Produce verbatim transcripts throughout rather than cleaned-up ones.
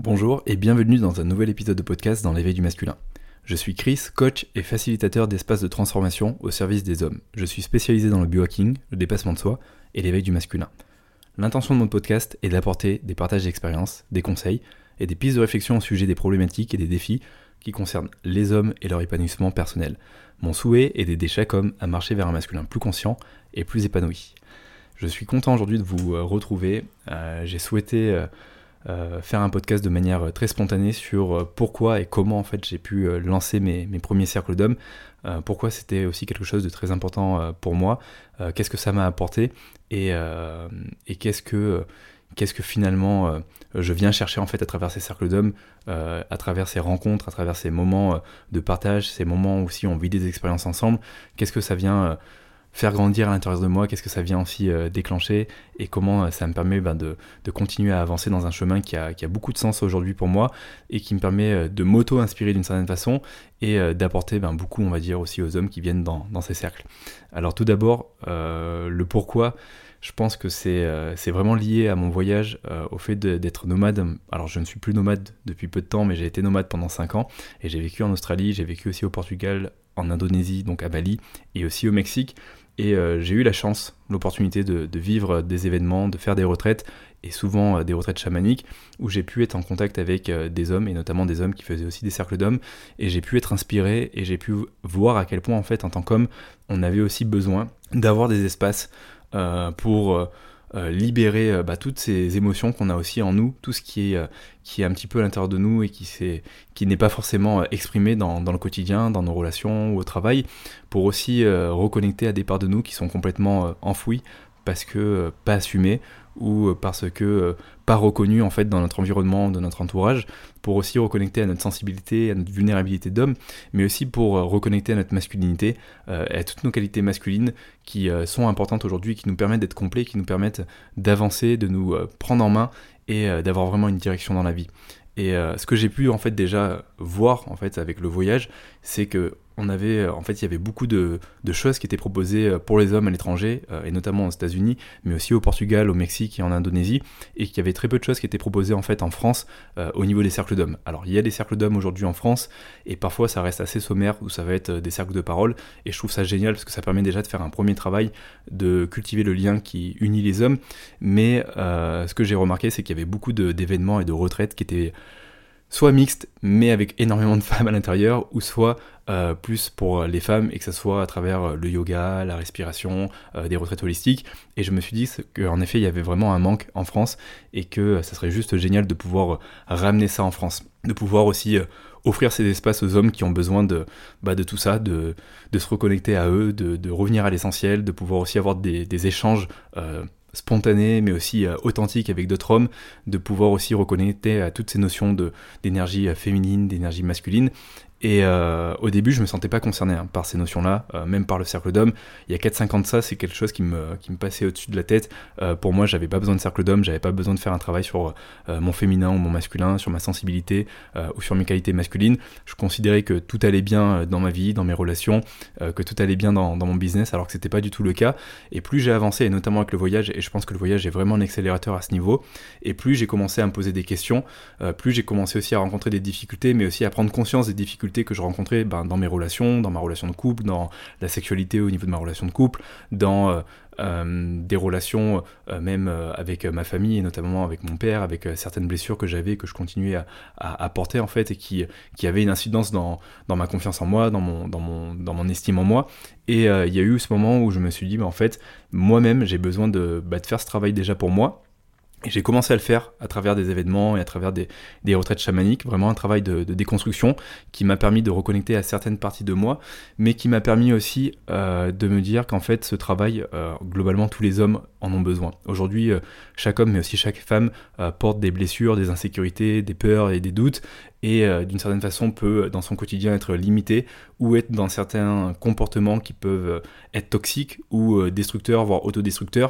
Bonjour et bienvenue dans un nouvel épisode de podcast dans l'éveil du masculin. Je suis Chris, coach et facilitateur d'espaces de transformation au service des hommes. Je suis spécialisé dans le biohacking, le dépassement de soi et l'éveil du masculin. L'intention de mon podcast est d'apporter des partages d'expériences, des conseils et des pistes de réflexion au sujet des problématiques et des défis qui concernent les hommes et leur épanouissement personnel. Mon souhait est d'aider chaque homme à marcher vers un masculin plus conscient et plus épanoui. Je suis content aujourd'hui de vous retrouver. Euh, j'ai souhaité... Euh, Euh, faire un podcast de manière très spontanée sur euh, pourquoi et comment en fait j'ai pu euh, lancer mes, mes premiers cercles d'hommes, euh, pourquoi c'était aussi quelque chose de très important euh, pour moi, euh, qu'est-ce que ça m'a apporté et, euh, et qu'est-ce que, euh, qu'est-ce que finalement euh, je viens chercher en fait à travers ces cercles d'hommes, euh, à travers ces rencontres, à travers ces moments euh, de partage, ces moments où aussi on vit des expériences ensemble, qu'est-ce que ça vient euh, faire grandir à l'intérieur de moi, qu'est-ce que ça vient aussi euh, déclencher et comment euh, ça me permet ben, de, de continuer à avancer dans un chemin qui a, qui a beaucoup de sens aujourd'hui pour moi et qui me permet euh, de m'auto-inspirer d'une certaine façon et euh, d'apporter ben, beaucoup, on va dire, aussi aux hommes qui viennent dans, dans ces cercles. Alors tout d'abord, euh, le pourquoi, je pense que c'est, euh, c'est vraiment lié à mon voyage, euh, au fait de, d'être nomade. Alors je ne suis plus nomade depuis peu de temps, mais j'ai été nomade pendant cinq ans et j'ai vécu en Australie, j'ai vécu aussi au Portugal, en Indonésie, donc à Bali, et aussi au Mexique. Et euh, j'ai eu la chance, l'opportunité de, de vivre des événements, de faire des retraites, et souvent euh, des retraites chamaniques, où j'ai pu être en contact avec euh, des hommes, et notamment des hommes qui faisaient aussi des cercles d'hommes, et j'ai pu être inspiré, et j'ai pu voir à quel point, en fait, en tant qu'homme, on avait aussi besoin d'avoir des espaces euh, pour... Euh, Euh, libérer euh, bah, toutes ces émotions qu'on a aussi en nous, tout ce qui est, euh, qui est un petit peu à l'intérieur de nous et qui, qui n'est pas forcément euh, exprimé dans, dans le quotidien, dans nos relations ou au travail, pour aussi euh, reconnecter à des parts de nous qui sont complètement euh, enfouies parce que euh, pas assumées ou parce que euh, pas reconnues en fait dans notre environnement, dans notre entourage, pour aussi reconnecter à notre sensibilité, à notre vulnérabilité d'homme, mais aussi pour euh, reconnecter à notre masculinité, euh, à toutes nos qualités masculines qui euh, sont importantes aujourd'hui, qui nous permettent d'être complets, qui nous permettent d'avancer, de nous euh, prendre en main et euh, d'avoir vraiment une direction dans la vie. Et euh, ce que j'ai pu en fait déjà voir en fait avec le voyage, c'est que on avait, en fait, il y avait beaucoup de, de choses qui étaient proposées pour les hommes à l'étranger, euh, et notamment aux États-Unis, mais aussi au Portugal, au Mexique et en Indonésie, et qu'il y avait très peu de choses qui étaient proposées en fait en France euh, au niveau des cercles d'hommes. Alors il y a des cercles d'hommes aujourd'hui en France, et parfois ça reste assez sommaire, où ça va être des cercles de parole, et je trouve ça génial parce que ça permet déjà de faire un premier travail, de cultiver le lien qui unit les hommes, mais euh, ce que j'ai remarqué, c'est qu'il y avait beaucoup de, d'événements et de retraites qui étaient soit mixte, mais avec énormément de femmes à l'intérieur, ou soit euh, plus pour les femmes, et que ça soit à travers le yoga, la respiration, euh, des retraites holistiques. Et je me suis dit qu'en effet, il y avait vraiment un manque en France, et que ça serait juste génial de pouvoir ramener ça en France. De pouvoir aussi euh, offrir ces espaces aux hommes qui ont besoin de, bah, de tout ça, de, de se reconnecter à eux, de, de revenir à l'essentiel, de pouvoir aussi avoir des, des échanges euh, spontané mais aussi euh, authentique avec d'autres hommes, de pouvoir aussi reconnecter à toutes ces notions de, d'énergie euh, féminine, d'énergie masculine. Et euh, au début, je me sentais pas concerné hein, par ces notions-là, euh, même par le cercle d'hommes. Il y a quatre cinq ans de ça, c'est quelque chose qui me, qui me passait au-dessus de la tête. Euh, pour moi, j'avais pas besoin de cercle d'hommes, j'avais pas besoin de faire un travail sur euh, mon féminin ou mon masculin, sur ma sensibilité euh, ou sur mes qualités masculines. Je considérais que tout allait bien dans ma vie, dans mes relations, euh, que tout allait bien dans, dans mon business, alors que c'était pas du tout le cas. Et plus j'ai avancé, et notamment avec le voyage, et je pense que le voyage est vraiment un accélérateur à ce niveau, et plus j'ai commencé à me poser des questions, euh, plus j'ai commencé aussi à rencontrer des difficultés, mais aussi à prendre conscience des difficultés que je rencontrais ben, dans mes relations, dans ma relation de couple, dans la sexualité au niveau de ma relation de couple, dans euh, euh, des relations euh, même euh, avec ma famille et notamment avec mon père, avec euh, certaines blessures que j'avais, que je continuais à, à, à porter en fait et qui, qui avaient une incidence dans, dans ma confiance en moi, dans mon, dans mon, dans mon estime en moi. Et il euh, y a eu ce moment où je me suis dit, ben, en fait, moi-même j'ai besoin de, bah, de faire ce travail déjà pour moi. Et j'ai commencé à le faire à travers des événements et à travers des, des retraites chamaniques, vraiment un travail de, de déconstruction qui m'a permis de reconnecter à certaines parties de moi, mais qui m'a permis aussi euh, de me dire qu'en fait ce travail, euh, globalement tous les hommes en ont besoin. Aujourd'hui, euh, chaque homme mais aussi chaque femme euh, porte des blessures, des insécurités, des peurs et des doutes, et euh, d'une certaine façon peut dans son quotidien être limité ou être dans certains comportements qui peuvent être toxiques ou euh, destructeurs, voire autodestructeurs.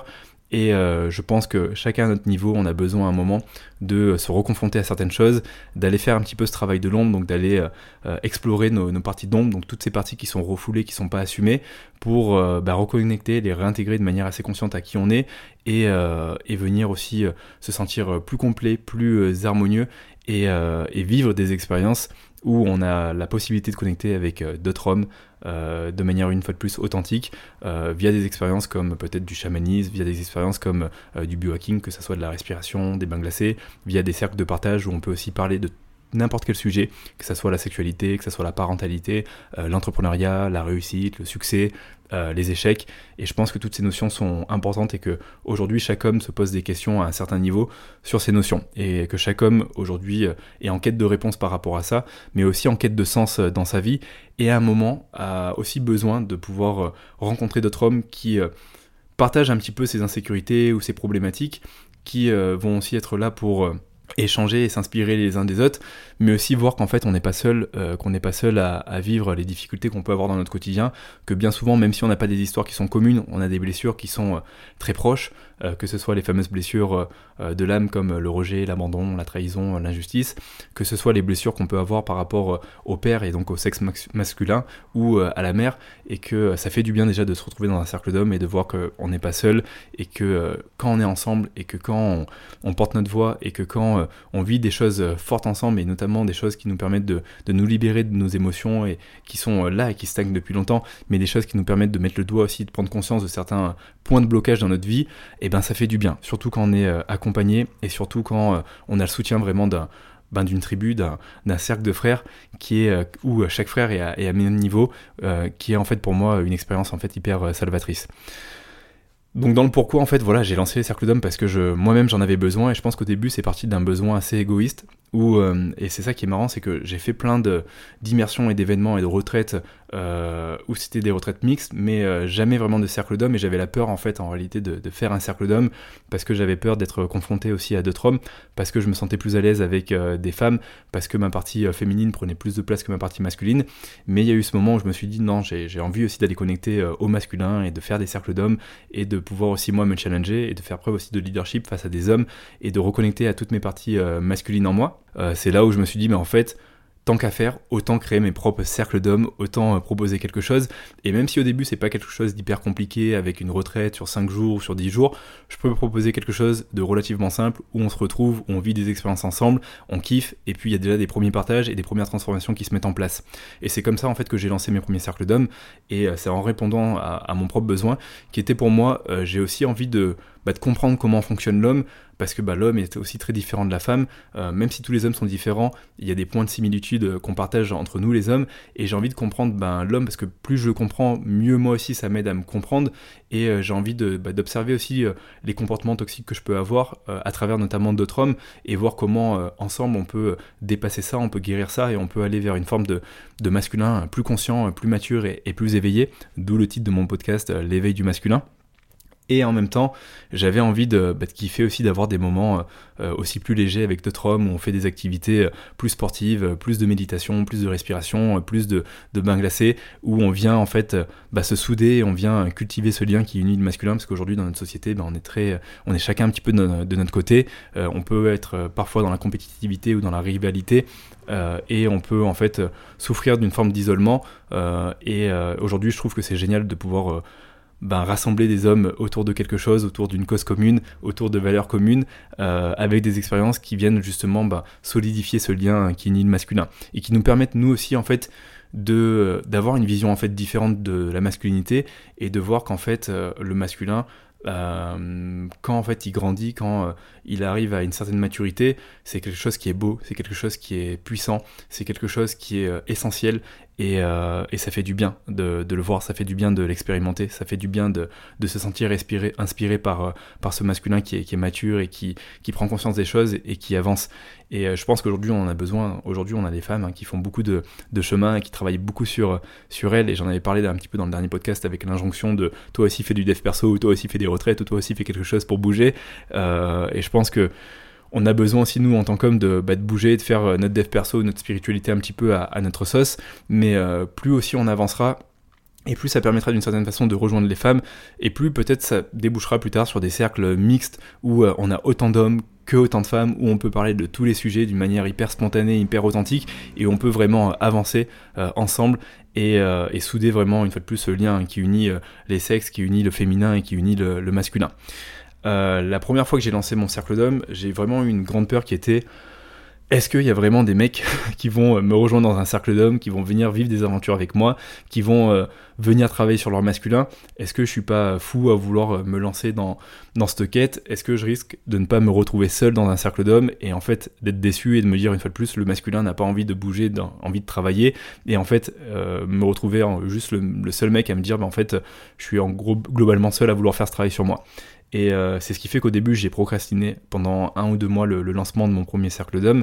Et euh, je pense que chacun à notre niveau, on a besoin à un moment de se reconfronter à certaines choses, d'aller faire un petit peu ce travail de l'ombre, donc d'aller euh, explorer nos, nos parties d'ombre, donc toutes ces parties qui sont refoulées, qui ne sont pas assumées, pour euh, bah, reconnecter, les réintégrer de manière assez consciente à qui on est, et, euh, et venir aussi euh, se sentir plus complet, plus euh, harmonieux, et, euh, et vivre des expériences où on a la possibilité de connecter avec euh, d'autres hommes euh, de manière une fois de plus authentique, euh, via des expériences comme peut-être du chamanisme, via des expériences comme euh, du biohacking, que ce soit de la respiration, des bains glacés, via des cercles de partage où on peut aussi parler de n'importe quel sujet, que ce soit la sexualité, que ce soit la parentalité, euh, l'entrepreneuriat, la réussite, le succès, euh, les échecs. Et je pense que toutes ces notions sont importantes et que aujourd'hui chaque homme se pose des questions à un certain niveau sur ces notions. Et que chaque homme aujourd'hui est en quête de réponse par rapport à ça, mais aussi en quête de sens dans sa vie. Et à un moment a aussi besoin de pouvoir rencontrer d'autres hommes qui euh, partagent un petit peu ses insécurités ou ses problématiques, qui euh, vont aussi être là pour... Euh, échanger et s'inspirer les uns des autres, mais aussi voir qu'en fait on n'est pas seul, euh, qu'on n'est pas seul à, à vivre les difficultés qu'on peut avoir dans notre quotidien, que bien souvent, même si on n'a pas des histoires qui sont communes, on a des blessures qui sont euh, très proches, euh, que ce soit les fameuses blessures euh, de l'âme comme le rejet, l'abandon, la trahison, l'injustice, que ce soit les blessures qu'on peut avoir par rapport euh, au père et donc au sexe max- masculin ou euh, à la mère, et que ça fait du bien déjà de se retrouver dans un cercle d'hommes et de voir qu'on n'est pas seul, et que euh, quand on est ensemble, et que quand on, on porte notre voix, et que quand euh, on vit des choses fortes ensemble, et notamment des choses qui nous permettent de, de nous libérer de nos émotions et qui sont là et qui stagnent depuis longtemps, mais des choses qui nous permettent de mettre le doigt aussi, de prendre conscience de certains points de blocage dans notre vie, et ben ça fait du bien, surtout quand on est euh, accompagné, et surtout quand euh, on a le soutien vraiment d'un Ben, d'une tribu, d'un, d'un cercle de frères qui est, euh, où chaque frère est à, est à même niveau, euh, qui est en fait pour moi une expérience en fait hyper euh, salvatrice. Donc dans le pourquoi, en fait, voilà, j'ai lancé les cercles d'hommes parce que je, moi-même j'en avais besoin, et je pense qu'au début c'est parti d'un besoin assez égoïste, où, euh, et c'est ça qui est marrant, c'est que j'ai fait plein de, d'immersions et d'événements et de retraites, euh, où c'était des retraites mixtes, mais euh, jamais vraiment de cercle d'hommes, et j'avais la peur en fait en réalité de, de faire un cercle d'hommes, parce que j'avais peur d'être confronté aussi à d'autres hommes, parce que je me sentais plus à l'aise avec euh, des femmes, parce que ma partie euh, féminine prenait plus de place que ma partie masculine, mais il y a eu ce moment où je me suis dit non, j'ai, j'ai envie aussi d'aller connecter euh, au masculin, et de faire des cercles d'hommes, et de pouvoir aussi moi me challenger, et de faire preuve aussi de leadership face à des hommes, et de reconnecter à toutes mes parties euh, masculines en moi. Euh, c'est là où je me suis dit, mais en fait, tant qu'à faire, autant créer mes propres cercles d'hommes, autant euh, proposer quelque chose. Et même si au début c'est pas quelque chose d'hyper compliqué avec une retraite sur cinq jours ou sur dix jours, je peux proposer quelque chose de relativement simple où on se retrouve, où on vit des expériences ensemble, on kiffe, et puis il y a déjà des premiers partages et des premières transformations qui se mettent en place. Et c'est comme ça en fait que j'ai lancé mes premiers cercles d'hommes, et euh, c'est en répondant à, à mon propre besoin qui était pour moi, euh, j'ai aussi envie de, bah, de comprendre comment fonctionne l'homme, parce que bah, l'homme est aussi très différent de la femme, euh, même si tous les hommes sont différents, il y a des points de similitude qu'on partage entre nous les hommes, et j'ai envie de comprendre bah, l'homme, parce que plus je le comprends, mieux moi aussi ça m'aide à me comprendre, et euh, j'ai envie de, bah, d'observer aussi euh, les comportements toxiques que je peux avoir, euh, à travers notamment d'autres hommes, et voir comment euh, ensemble on peut dépasser ça, on peut guérir ça, et on peut aller vers une forme de, de masculin plus conscient, plus mature et, et plus éveillé, d'où le titre de mon podcast, euh, l'éveil du masculin. Et en même temps, j'avais envie de, bah, de kiffer aussi, d'avoir des moments euh, aussi plus légers avec d'autres hommes, où on fait des activités plus sportives, plus de méditation, plus de respiration, plus de, de bains glacés, où on vient en fait bah, se souder, on vient cultiver ce lien qui unit le masculin, parce qu'aujourd'hui dans notre société, bah, on est très, on est chacun un petit peu de, no- de notre côté, euh, on peut être parfois dans la compétitivité ou dans la rivalité, euh, et on peut en fait souffrir d'une forme d'isolement, euh, et euh, aujourd'hui je trouve que c'est génial de pouvoir... Euh, Ben, rassembler des hommes autour de quelque chose, autour d'une cause commune, autour de valeurs communes, euh, avec des expériences qui viennent justement ben, solidifier ce lien qui unit le masculin, et qui nous permettent nous aussi en fait de, d'avoir une vision en fait différente de la masculinité, et de voir qu'en fait euh, le masculin, Euh, quand en fait il grandit, quand euh, il arrive à une certaine maturité, c'est quelque chose qui est beau, c'est quelque chose qui est puissant, c'est quelque chose qui est euh, essentiel, et, euh, et ça fait du bien de, de le voir, ça fait du bien de l'expérimenter, ça fait du bien de, de se sentir inspiré, inspiré par, euh, par ce masculin qui est, qui est mature et qui, qui prend conscience des choses et qui avance. Et euh, je pense qu'aujourd'hui on en a besoin, aujourd'hui on a des femmes hein, qui font beaucoup de, de chemin et qui travaillent beaucoup sur, sur elles, et j'en avais parlé un petit peu dans le dernier podcast avec l'injonction de toi aussi fais du dev perso, ou toi aussi fais des retraite, ou toi aussi fais quelque chose pour bouger, euh, et je pense que on a besoin aussi nous en tant qu'hommes de, bah, de bouger, de faire notre dev perso, notre spiritualité un petit peu à, à notre sauce, mais euh, plus aussi on avancera, Et plus ça permettra d'une certaine façon de rejoindre les femmes, et plus peut-être ça débouchera plus tard sur des cercles mixtes où euh, on a autant d'hommes que autant de femmes, où on peut parler de tous les sujets d'une manière hyper spontanée, hyper authentique, et on peut vraiment euh, avancer euh, ensemble et, euh, et souder vraiment une fois de plus ce lien qui unit euh, les sexes, qui unit le féminin et qui unit le, le masculin. Euh, la première fois que j'ai lancé mon cercle d'hommes, j'ai vraiment eu une grande peur qui était: est-ce qu'il y a vraiment des mecs qui vont me rejoindre dans un cercle d'hommes, qui vont venir vivre des aventures avec moi, qui vont euh, venir travailler sur leur masculin? Est-ce que je suis pas fou à vouloir me lancer dans, dans cette quête? Est-ce que je risque de ne pas me retrouver seul dans un cercle d'hommes et en fait d'être déçu et de me dire une fois de plus le masculin n'a pas envie de bouger, envie de travailler, et en fait euh, me retrouver en, juste le, le seul mec à me dire bah, en fait je suis en gros globalement seul à vouloir faire ce travail sur moi. Et euh, c'est ce qui fait qu'au début, j'ai procrastiné pendant un ou deux mois le, le lancement de mon premier cercle d'hommes.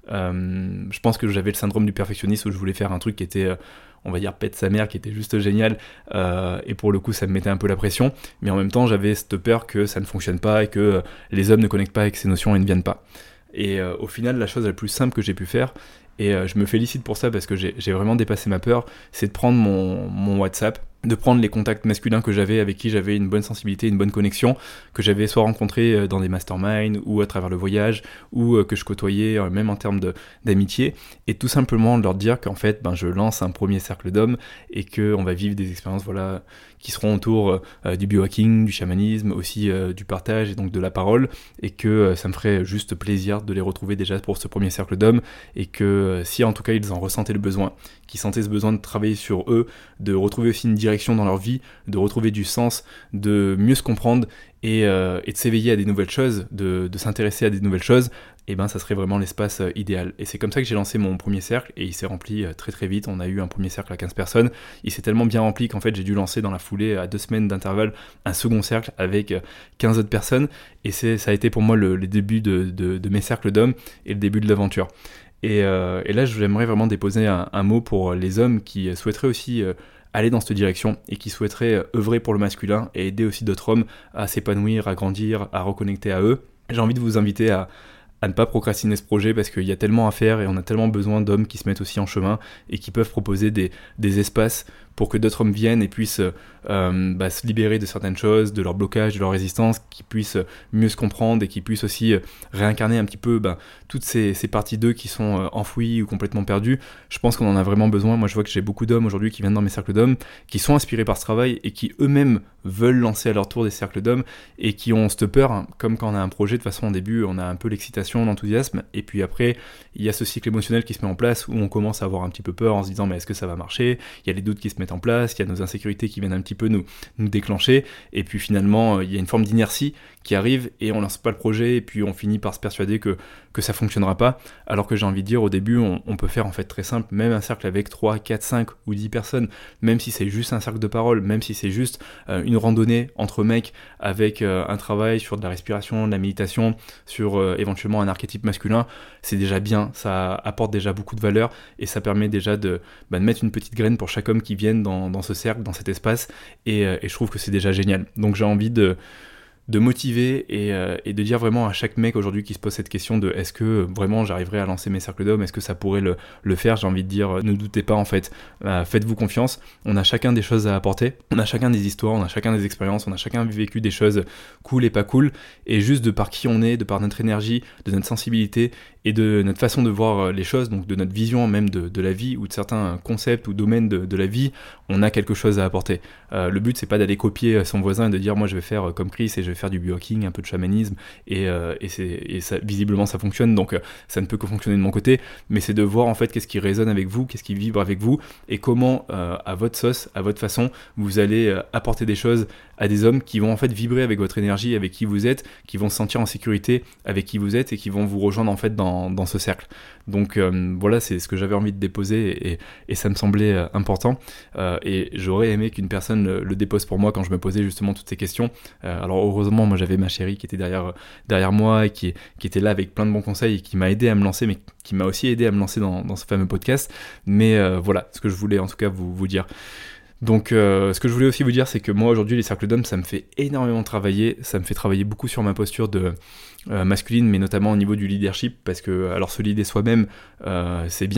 Euh, je pense que j'avais le syndrome du perfectionniste où je voulais faire un truc qui était, euh, on va dire, pète sa mère, qui était juste génial. Euh, et pour le coup, ça me mettait un peu la pression. Mais en même temps, j'avais cette peur que ça ne fonctionne pas et que euh, les hommes ne connectent pas avec ces notions et ne viennent pas. Et euh, au final, la chose la plus simple que j'ai pu faire, et euh, je me félicite pour ça parce que j'ai, j'ai vraiment dépassé ma peur, c'est de prendre mon, mon WhatsApp, de prendre les contacts masculins que j'avais, avec qui j'avais une bonne sensibilité, une bonne connexion, que j'avais soit rencontrés dans des masterminds ou à travers le voyage, ou que je côtoyais même en termes de, d'amitié, et tout simplement leur dire qu'en fait ben, je lance un premier cercle d'hommes et qu'on va vivre des expériences voilà, qui seront autour euh, du biohacking, du chamanisme, aussi euh, du partage et donc de la parole, et que euh, ça me ferait juste plaisir de les retrouver déjà pour ce premier cercle d'hommes, et que euh, si en tout cas ils en ressentaient le besoin, qu'ils sentaient ce besoin de travailler sur eux, de retrouver aussi une direction dans leur vie, de retrouver du sens, de mieux se comprendre et, euh, et de s'éveiller à des nouvelles choses, de, de s'intéresser à des nouvelles choses, et ben ça serait vraiment l'espace euh, idéal. Et c'est comme ça que j'ai lancé mon premier cercle, et il s'est rempli euh, très très vite. On a eu un premier cercle à quinze personnes, il s'est tellement bien rempli qu'en fait j'ai dû lancer dans la foulée, à deux semaines d'intervalle, un second cercle avec euh, quinze autres personnes, et c'est, ça a été pour moi le, le début de, de, de mes cercles d'hommes et le début de l'aventure. Et, euh, et là j'aimerais vraiment déposer un, un mot pour les hommes qui souhaiteraient aussi euh, aller dans cette direction et qui souhaiteraient œuvrer pour le masculin et aider aussi d'autres hommes à s'épanouir, à grandir, à reconnecter à eux. J'ai envie de vous inviter à, à ne pas procrastiner ce projet parce qu'il y a tellement à faire et on a tellement besoin d'hommes qui se mettent aussi en chemin et qui peuvent proposer des, des espaces pour que d'autres hommes viennent et puissent euh, bah, se libérer de certaines choses, de leur blocage, de leur résistance, qu'ils puissent mieux se comprendre et qu'ils puissent aussi euh, réincarner un petit peu bah, toutes ces, ces parties d'eux qui sont euh, enfouies ou complètement perdues. Je pense qu'on en a vraiment besoin. Moi je vois que j'ai beaucoup d'hommes aujourd'hui qui viennent dans mes cercles d'hommes, qui sont inspirés par ce travail et qui eux-mêmes veulent lancer à leur tour des cercles d'hommes et qui ont cette peur, hein, comme quand on a un projet, de toute façon au début on a un peu l'excitation, l'enthousiasme, et puis après il y a ce cycle émotionnel qui se met en place où on commence à avoir un petit peu peur en se disant mais est-ce que ça va marcher, il y a les doutes qui se mettent en place, il y a nos insécurités qui viennent un petit peu nous, nous déclencher, et puis finalement il y a une forme d'inertie qui arrive et on lance pas le projet et puis on finit par se persuader que, que ça fonctionnera pas, alors que j'ai envie de dire au début on, on peut faire en fait très simple, même un cercle avec trois, quatre, cinq ou dix personnes, même si c'est juste un cercle de parole, même si c'est juste euh, une randonnée entre mecs avec euh, un travail sur de la respiration, de la méditation, sur euh, éventuellement un archétype masculin, c'est déjà bien, ça apporte déjà beaucoup de valeur et ça permet déjà de, bah, de mettre une petite graine pour chaque homme qui vienne dans, dans ce cercle, dans cet espace, et, euh, et je trouve que c'est déjà génial. Donc j'ai envie de de motiver et, euh, et de dire vraiment à chaque mec aujourd'hui qui se pose cette question de est-ce que vraiment j'arriverai à lancer mes cercles d'hommes, est-ce que ça pourrait le, le faire, j'ai envie de dire ne doutez pas en fait, euh, faites-vous confiance, on a chacun des choses à apporter, on a chacun des histoires, on a chacun des expériences, on a chacun vécu des choses cool et pas cool, et juste de par qui on est, de par notre énergie, de notre sensibilité et de notre façon de voir les choses, donc de notre vision même de, de la vie ou de certains concepts ou domaines de, de la vie, on a quelque chose à apporter. Euh, le but c'est pas d'aller copier son voisin et de dire moi je vais faire comme Chris et je vais faire du biohacking, un peu de chamanisme, et, euh, et, c'est, et ça, visiblement ça fonctionne, donc euh, ça ne peut que fonctionner de mon côté, mais c'est de voir en fait qu'est-ce qui résonne avec vous, qu'est-ce qui vibre avec vous, et comment euh, à votre sauce, à votre façon, vous allez euh, apporter des choses à des hommes qui vont en fait vibrer avec votre énergie, avec qui vous êtes, qui vont se sentir en sécurité avec qui vous êtes et qui vont vous rejoindre en fait dans, dans ce cercle. Donc euh, voilà, c'est ce que j'avais envie de déposer et, et ça me semblait euh, important, euh, et j'aurais aimé qu'une personne le, le dépose pour moi quand je me posais justement toutes ces questions. Euh, alors heureusement moi j'avais ma chérie qui était derrière, derrière moi et qui, qui était là avec plein de bons conseils et qui m'a aidé à me lancer, mais qui m'a aussi aidé à me lancer dans, dans ce fameux podcast. Mais euh, voilà ce que je voulais en tout cas vous, vous dire. Donc euh, ce que je voulais aussi vous dire, c'est que moi aujourd'hui les cercles d'hommes ça me fait énormément travailler, ça me fait travailler beaucoup sur ma posture de euh, masculine, mais notamment au niveau du leadership, parce que alors se leader soi-même euh, c'est bien,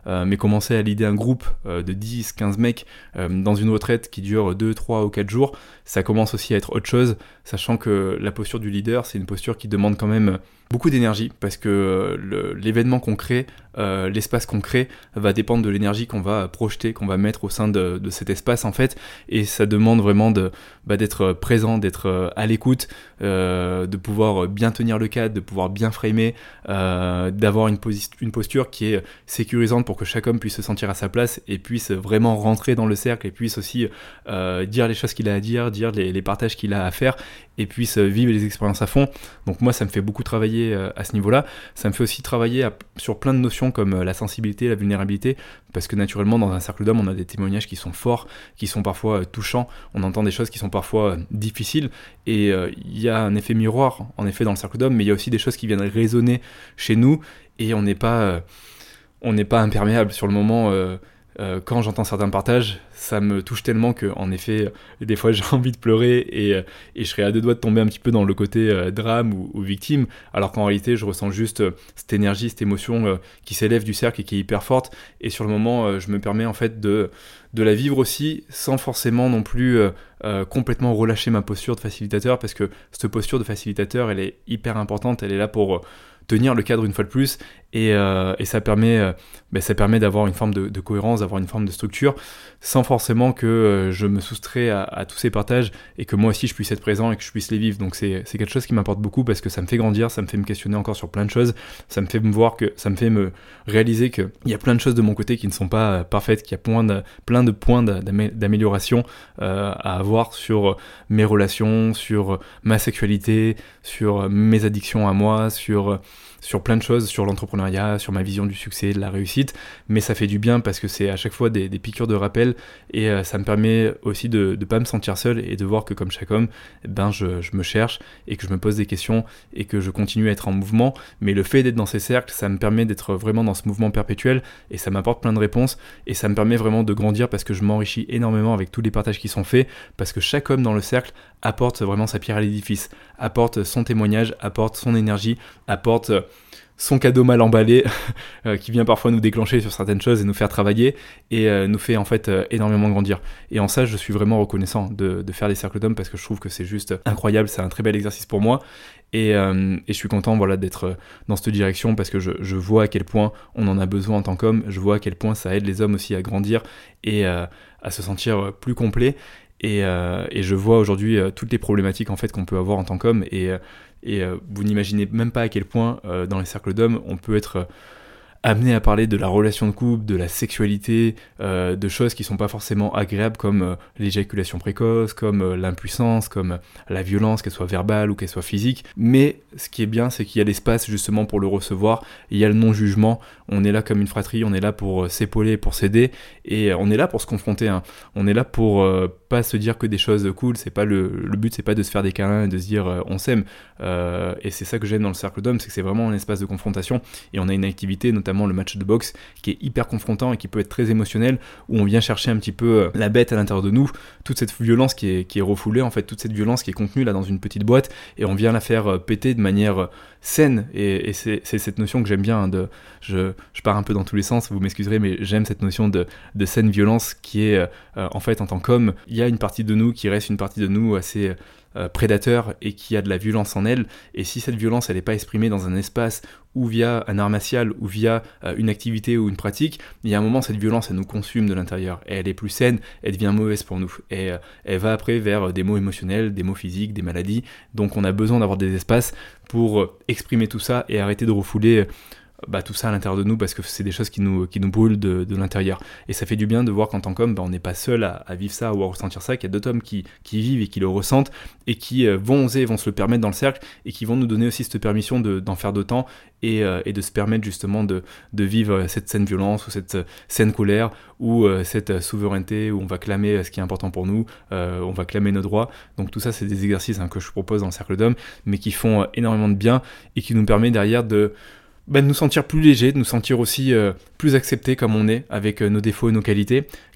euh, mais commencer à leader un groupe euh, de dix quinze mecs euh, dans une retraite qui dure deux trois ou quatre jours, ça commence aussi à être autre chose, sachant que la posture du leader, c'est une posture qui demande quand même beaucoup d'énergie, parce que le, l'événement qu'on crée, euh, l'espace qu'on crée, va dépendre de l'énergie qu'on va projeter, qu'on va mettre au sein de, de cet espace en fait, et ça demande vraiment de, bah, d'être présent, d'être à l'écoute, euh, de pouvoir bien tenir le cadre, de pouvoir bien framer, euh, d'avoir une, posi- une posture qui est sécurisante pour que chaque homme puisse se sentir à sa place et puisse vraiment rentrer dans le cercle et puisse aussi euh, dire les choses qu'il a à dire, dire les, les partages qu'il a à faire et puisse vivre les expériences à fond. Donc moi ça me fait beaucoup travailler à ce niveau-là. Ça me fait aussi travailler à, sur plein de notions comme la sensibilité, la vulnérabilité, parce que naturellement dans un cercle d'hommes on a des témoignages qui sont forts, qui sont parfois touchants, on entend des choses qui sont parfois difficiles, et il euh, y a un effet miroir en effet dans le cercle d'hommes, mais il y a aussi des choses qui viennent résonner chez nous, et on n'est pas, euh, on n'est pas imperméable sur le moment. euh, Euh, quand j'entends certains partages, ça me touche tellement que, en effet, des fois j'ai envie de pleurer et, euh, et je serais à deux doigts de tomber un petit peu dans le côté euh, drame ou, ou victime, alors qu'en réalité je ressens juste euh, cette énergie, cette émotion euh, qui s'élève du cercle et qui est hyper forte, et sur le moment euh, je me permets en fait de, de la vivre aussi sans forcément non plus euh, euh, complètement relâcher ma posture de facilitateur, parce que cette posture de facilitateur elle est hyper importante, elle est là pour euh, tenir le cadre une fois de plus, et, euh, et ça permet, euh, ben ça permet d'avoir une forme de, de cohérence, d'avoir une forme de structure, sans forcément que euh, je me soustrais à, à tous ces partages, et que moi aussi je puisse être présent et que je puisse les vivre. Donc c'est, c'est quelque chose qui m'apporte beaucoup, parce que ça me fait grandir, ça me fait me questionner encore sur plein de choses, ça me fait me voir que, ça me fait me réaliser qu'il y a plein de choses de mon côté qui ne sont pas euh, parfaites, qu'il y a plein de, plein de points d'amé- d'amélioration euh, à avoir sur mes relations, sur ma sexualité, sur mes addictions à moi, sur... sur plein de choses, sur l'entrepreneuriat, sur ma vision du succès, de la réussite, mais ça fait du bien parce que c'est à chaque fois des, des piqûres de rappel, et euh, ça me permet aussi de ne pas me sentir seul et de voir que comme chaque homme, eh ben, je, je me cherche et que je me pose des questions et que je continue à être en mouvement, mais le fait d'être dans ces cercles, ça me permet d'être vraiment dans ce mouvement perpétuel, et ça m'apporte plein de réponses, et ça me permet vraiment de grandir parce que je m'enrichis énormément avec tous les partages qui sont faits, parce que chaque homme dans le cercle apporte vraiment sa pierre à l'édifice, apporte son témoignage, apporte son énergie, apporte son cadeau mal emballé euh, qui vient parfois nous déclencher sur certaines choses et nous faire travailler, et euh, nous fait en fait euh, énormément grandir. Et en ça je suis vraiment reconnaissant de, de faire des cercles d'hommes, parce que je trouve que c'est juste incroyable, c'est un très bel exercice pour moi, et, euh, et je suis content voilà, d'être dans cette direction, parce que je, je vois à quel point on en a besoin en tant qu'homme, je vois à quel point ça aide les hommes aussi à grandir et euh, à se sentir plus complets. Et, euh, et je vois aujourd'hui euh, toutes les problématiques en fait qu'on peut avoir en tant qu'homme, et, euh, et euh, vous n'imaginez même pas à quel point euh, dans les cercles d'hommes on peut être euh, amené à parler de la relation de couple, de la sexualité, euh, de choses qui sont pas forcément agréables, comme euh, l'éjaculation précoce, comme euh, l'impuissance, comme euh, la violence, qu'elle soit verbale ou qu'elle soit physique. Mais ce qui est bien, c'est qu'il y a l'espace justement pour le recevoir, il y a le non-jugement, on est là comme une fratrie, on est là pour euh, s'épauler, pour s'aider, et euh, on est là pour se confronter, hein. On est là pour euh, pas se dire que des choses cool, c'est pas le, le but, c'est pas de se faire des câlins et de se dire euh, on s'aime, euh, et c'est ça que j'aime dans le cercle d'hommes, c'est que c'est vraiment un espace de confrontation, et on a une activité, notamment le match de boxe, qui est hyper confrontant et qui peut être très émotionnel, où on vient chercher un petit peu la bête à l'intérieur de nous, toute cette violence qui est, qui est refoulée, en fait, toute cette violence qui est contenue là dans une petite boîte, et on vient la faire péter de manière saine, et, et c'est, c'est cette notion que j'aime bien, hein, de, je, je pars un peu dans tous les sens, vous m'excuserez, mais j'aime cette notion de, de saine violence qui est, euh, en fait, en tant qu'homme, il y a une partie de nous qui reste une partie de nous assez euh, prédateur et qui a de la violence en elle, et si cette violence elle n'est pas exprimée dans un espace ou via un art martial ou via euh, une activité ou une pratique, il y a un moment cette violence elle nous consume de l'intérieur, et elle est plus saine, elle devient mauvaise pour nous, et euh, elle va après vers des maux émotionnels, des maux physiques, des maladies, donc on a besoin d'avoir des espaces pour euh, exprimer tout ça et arrêter de refouler euh, bah, tout ça à l'intérieur de nous, parce que c'est des choses qui nous, qui nous brûlent de, de l'intérieur. Et ça fait du bien de voir qu'en tant qu'homme, bah, on n'est pas seul à, à vivre ça ou à ressentir ça, qu'il y a d'autres hommes qui, qui vivent et qui le ressentent, et qui euh, vont oser, vont se le permettre dans le cercle, et qui vont nous donner aussi cette permission de, d'en faire d'autant, et, euh, et de se permettre justement de, de vivre cette saine violence, ou cette saine colère, ou euh, cette souveraineté, où on va clamer ce qui est important pour nous, euh, on va clamer nos droits. Donc tout ça, c'est des exercices hein, que je propose dans le cercle d'hommes, mais qui font euh, énormément de bien, et qui nous permet derrière de... Bah, de nous sentir plus légers, de nous sentir aussi euh, plus acceptés comme on est, avec euh, nos défauts et nos qualités,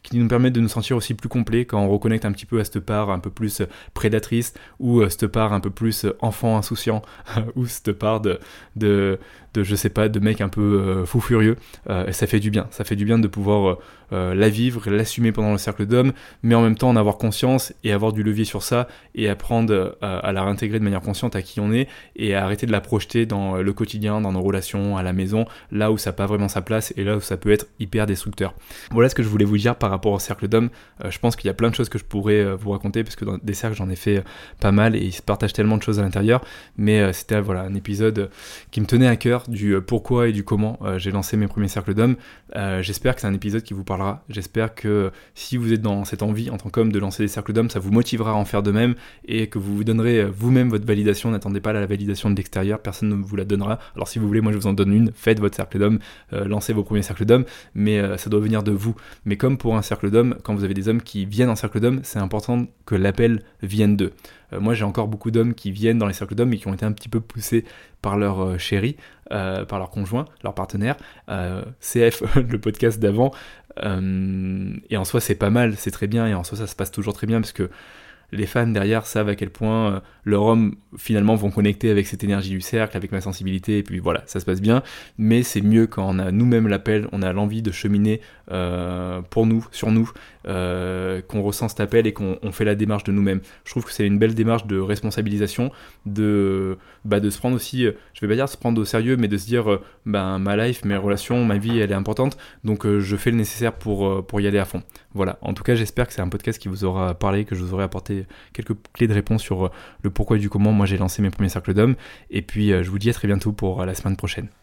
qui nous permettent de nous sentir aussi plus complets quand on reconnecte un petit peu à cette part un peu plus prédatrice ou cette part un peu plus enfant insouciant ou cette part de, de, de je sais pas, de mec un peu euh, fou furieux. Euh, et ça fait du bien, ça fait du bien de pouvoir euh, la vivre, l'assumer pendant le cercle d'hommes, mais en même temps en avoir conscience et avoir du levier sur ça et apprendre euh, à la réintégrer de manière consciente à qui on est et à arrêter de la projeter dans le quotidien, dans nos relations, à la maison, là où ça n'a pas vraiment sa place et là où ça peut être hyper destructeur. Voilà ce que je voulais vous dire par rapport au cercle d'hommes. Euh, je pense qu'il y a plein de choses que je pourrais euh, vous raconter parce que dans des cercles j'en ai fait euh, pas mal et ils se partagent tellement de choses à l'intérieur, mais euh, c'était voilà, un épisode qui me tenait à cœur du euh, pourquoi et du comment euh, j'ai lancé mes premiers cercles d'hommes. Euh, j'espère que c'est un épisode qui vous parlera, j'espère que si vous êtes dans cette envie en tant qu'homme de lancer des cercles d'hommes, ça vous motivera à en faire de même et que vous vous donnerez euh, vous-même votre validation. N'attendez pas la validation de l'extérieur, personne ne vous la donnera. Alors si vous voulez, moi je vous en donne une, faites votre cercle d'hommes, euh, lancez vos premiers cercles d'hommes, mais euh, ça doit venir de vous. Mais comme pour un cercle d'hommes, quand vous avez des hommes qui viennent en cercle d'hommes, c'est important que l'appel vienne d'eux. Euh, moi j'ai encore beaucoup d'hommes qui viennent dans les cercles d'hommes mais qui ont été un petit peu poussés par leur euh, chéri, euh, par leur conjoint, leur partenaire, euh, C F, le podcast d'avant, euh, et en soi c'est pas mal, c'est très bien, et en soi ça se passe toujours très bien parce que les femmes derrière savent à quel point euh, leurs hommes finalement vont connecter avec cette énergie du cercle, avec ma sensibilité, et puis voilà, ça se passe bien, mais c'est mieux quand on a nous-mêmes l'appel, on a l'envie de cheminer euh, pour nous, sur nous, euh, qu'on ressent cet appel et qu'on on fait la démarche de nous-mêmes. Je trouve que c'est une belle démarche de responsabilisation, de, bah, de se prendre aussi, je vais pas dire se prendre au sérieux, mais de se dire, euh, bah, ma life, mes relations, ma vie, elle est importante, donc euh, je fais le nécessaire pour, euh, pour y aller à fond. Voilà, en tout cas j'espère que c'est un podcast qui vous aura parlé, que je vous aurai apporté quelques clés de réponse sur le pourquoi et du comment moi j'ai lancé mes premiers cercles d'hommes, et puis euh, je vous dis à très bientôt pour la semaine prochaine.